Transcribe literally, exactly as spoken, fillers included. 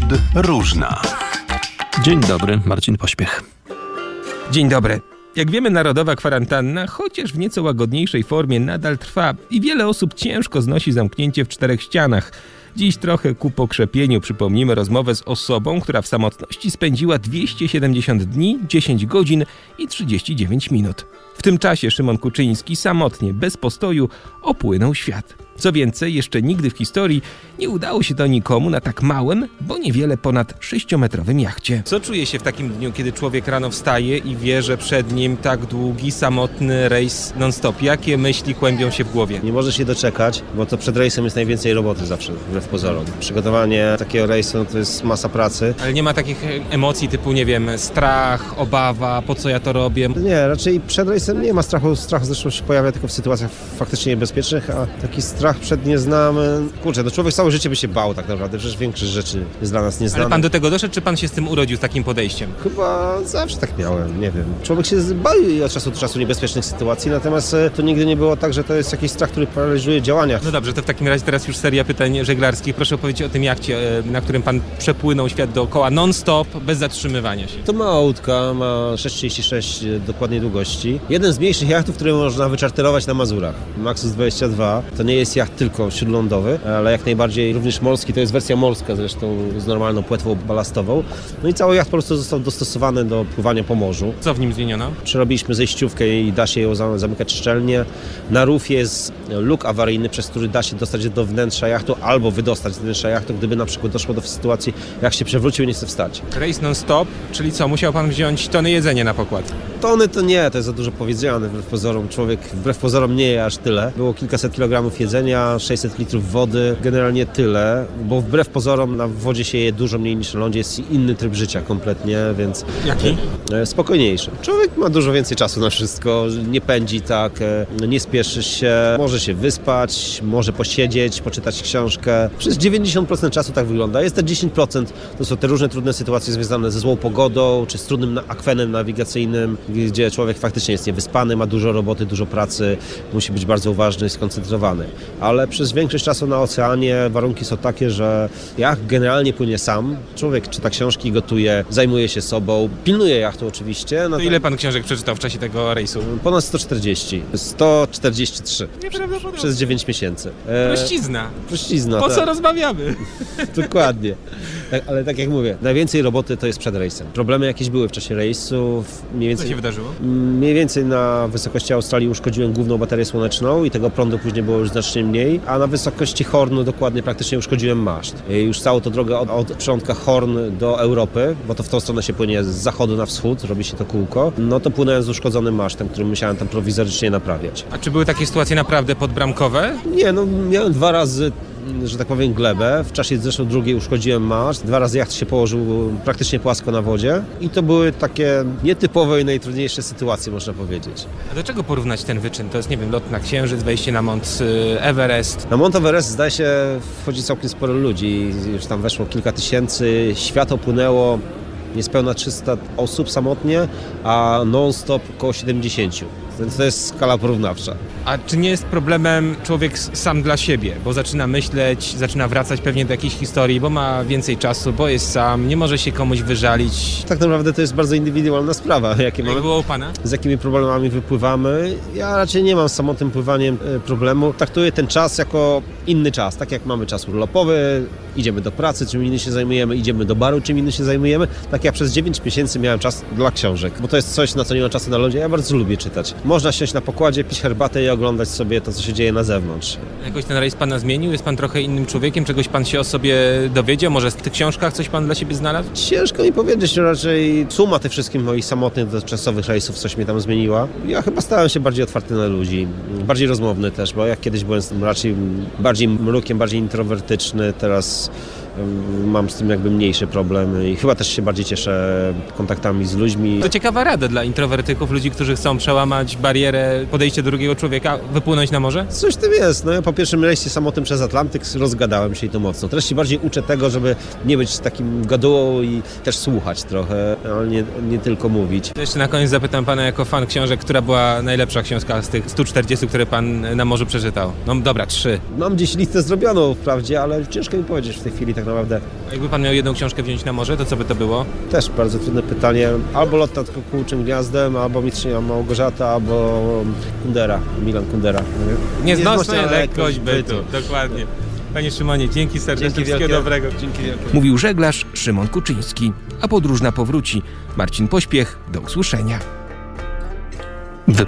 Podróżna. Dzień dobry, Marcin Pośpiech. Dzień dobry. Jak wiemy, narodowa kwarantanna, chociaż w nieco łagodniejszej formie, nadal trwa i wiele osób ciężko znosi zamknięcie w czterech ścianach. Dziś trochę ku pokrzepieniu przypomnimy rozmowę z osobą, która w samotności spędziła dwieście siedemdziesiąt dni, dziesięć godzin i trzydzieści dziewięć minut. W tym czasie Szymon Kuczyński samotnie, bez postoju, opłynął świat. Co więcej, jeszcze nigdy w historii nie udało się to nikomu na tak małym, bo niewiele ponad sześciometrowym jachcie. Co czuje się w takim dniu, kiedy człowiek rano wstaje i wie, że przed nim tak długi, samotny rejs non-stop? Jakie myśli kłębią się w głowie? Nie może się doczekać, bo to przed rejsem jest najwięcej roboty zawsze, wbrew pozorom. Przygotowanie takiego rejsu to jest masa pracy. Ale nie ma takich emocji typu, nie wiem, strach, obawa, po co ja to robię? Nie, raczej przed rejsem nie ma strachu. Strach zresztą się pojawia tylko w sytuacjach faktycznie niebezpiecznych, a taki strach przed nieznanym... Kurczę, no człowiek całe życie by się bał tak naprawdę, przecież większość rzeczy jest dla nas nieznana. Ale pan do tego doszedł, czy pan się z tym urodził, z takim podejściem? Chyba zawsze tak miałem, nie wiem. Człowiek się boi od czasu do czasu niebezpiecznych sytuacji, natomiast to nigdy nie było tak, że to jest jakiś strach, który paraliżuje działania. No dobrze, to w takim razie teraz już seria pytań żeglarskich. Proszę opowiedzieć o tym jachcie, na którym pan przepłynął świat dookoła non-stop, bez zatrzymywania się. To mała łódka, ma sześć przecinek trzydzieści sześć dokładnej długości. Jeden z mniejszych jachtów, które można wyczarterować na Mazurach. Maxus dwadzieścia dwa. To nie jest jacht tylko śródlądowy, ale jak najbardziej również morski. To jest wersja morska zresztą z normalną płetwą balastową. No i cały jacht po prostu został dostosowany do pływania po morzu. Co w nim zmieniono? Przerobiliśmy zejściówkę i da się ją zamykać szczelnie. Na rufie jest luk awaryjny, przez który da się dostać do wnętrza jachtu albo wydostać z wnętrza jachtu, gdyby na przykład doszło do sytuacji, jak się przewrócił i nie chce wstać. Rejs non-stop, czyli co? Musiał pan wziąć tony jedzenia na pokład? Tony to nie, to jest za dużo powiedziane, wbrew pozorom. Człowiek wbrew pozorom nie je aż tyle. Było kilkaset kilogramów jedzenia, sześćset litrów wody, generalnie tyle, bo wbrew pozorom na wodzie się je dużo mniej niż na lądzie, jest inny tryb życia kompletnie, więc... Jaki? E, spokojniejszy. Człowiek ma dużo więcej czasu na wszystko, nie pędzi tak, e, nie spieszy się, może się wyspać, może posiedzieć, poczytać książkę. Przez dziewięćdziesiąt procent czasu tak wygląda. Jest te dziesięć procent, to są te różne trudne sytuacje związane ze złą pogodą, czy z trudnym akwenem nawigacyjnym, gdzie człowiek faktycznie jest niewyspany, ma dużo roboty, dużo pracy, musi być bardzo uważny i skoncentrowany. Ale przez większość czasu na oceanie warunki są takie, że jacht generalnie płynie sam. Człowiek czyta książki, gotuje, zajmuje się sobą, pilnuje jachtu oczywiście. To ile pan książek przeczytał w czasie tego rejsu? Ponad sto czterdzieści. sto czterdzieści trzy. Nieprawdopodobne. Przez dziewięć miesięcy. E... Prościzna. Prościzna, Po tak. co rozmawiamy? Dokładnie. Tak, ale tak jak mówię, najwięcej roboty to jest przed rejsem. Problemy jakieś były w czasie rejsu. Mniej więcej, Co się wydarzyło? Mniej więcej na wysokości Australii uszkodziłem główną baterię słoneczną i tego prądu później było już znacznie mniej, a na wysokości Hornu dokładnie praktycznie uszkodziłem maszt. I już całą tą drogę od, od przylądka Horn do Europy, bo to w tą stronę się płynie z zachodu na wschód, robi się to kółko, no to płynąłem z uszkodzonym masztem, który musiałem tam prowizorycznie naprawiać. A czy były takie sytuacje naprawdę podbramkowe? Nie, no miałem dwa razy, że tak powiem, glebę. W czasie zresztą drugiej uszkodziłem maszt. Dwa razy jacht się położył praktycznie płasko na wodzie i to były takie nietypowe i najtrudniejsze sytuacje, można powiedzieć. A do czego porównać ten wyczyn? To jest, nie wiem, lot na Księżyc, wejście na Mont Everest. Na Mont Everest, zdaje się, wchodzi całkiem sporo ludzi. Już tam weszło kilka tysięcy. Świat opłynęło niespełna trzysta osób samotnie, a non-stop około siedemdziesiąt. Więc to jest skala porównawcza. A czy nie jest problemem człowiek sam dla siebie? Bo zaczyna myśleć, zaczyna wracać pewnie do jakiejś historii, bo ma więcej czasu, bo jest sam, nie może się komuś wyżalić. Tak naprawdę to jest bardzo indywidualna sprawa. Jakie mamy, Jak było u pana? Z jakimi problemami wypływamy. Ja raczej nie mam z samotnym pływaniem problemu. Traktuję ten czas jako inny czas. Tak jak mamy czas urlopowy, idziemy do pracy, czym innym się zajmujemy, idziemy do baru, czym innym się zajmujemy. Tak jak przez dziewięć miesięcy miałem czas dla książek, bo to jest coś, na co nie mam czasu na lądzie. Ja bardzo lubię czytać. Można siąść na pokładzie, pić herbatę i oglądać sobie to, co się dzieje na zewnątrz. Jakoś ten rejs pana zmienił? Jest pan trochę innym człowiekiem? Czegoś pan się o sobie dowiedział? Może w tych książkach coś pan dla siebie znalazł? Ciężko mi powiedzieć, raczej suma tych wszystkich moich samotnych, dotychczasowych rejsów coś mnie tam zmieniła. Ja chyba stałem się bardziej otwarty na ludzi, bardziej rozmowny też, bo jak kiedyś byłem raczej bardziej mrukiem, bardziej introwertyczny, teraz mam z tym jakby mniejszy problem i chyba też się bardziej cieszę kontaktami z ludźmi. To ciekawa rada dla introwertyków, ludzi, którzy chcą przełamać barierę podejścia do drugiego człowieka, wypłynąć na morze? Coś w tym jest. No ja po pierwszym rejsie samotnym przez Atlantyk rozgadałem się i to mocno. Teraz się bardziej uczę tego, żeby nie być takim gadułą i też słuchać trochę, ale nie, nie tylko mówić. Jeszcze na koniec zapytam pana jako fan książek, która była najlepsza książka z tych stu czterdziestu, które pan na morzu przeczytał? No dobra, trzy. Mam gdzieś listę zrobioną wprawdzie, ale ciężko mi powiedzieć w tej chwili tak tak naprawdę. A jakby pan miał jedną książkę wziąć na morze, to co by to było? Też bardzo trudne pytanie. Albo Lot nad Kukułczym Gniazdem, albo Mistrzynia Małgorzata, albo Kundera, Milan Kundera. Nieznośna Nieznośna lekkość bytu. Dokładnie. Panie Szymonie, dzięki serdecznie, Dzięki wszystkiego wielkie. dobrego. Dzięki wielkie. Mówił żeglarz Szymon Kuczyński, a podróżna powróci. Marcin Pośpiech, do usłyszenia.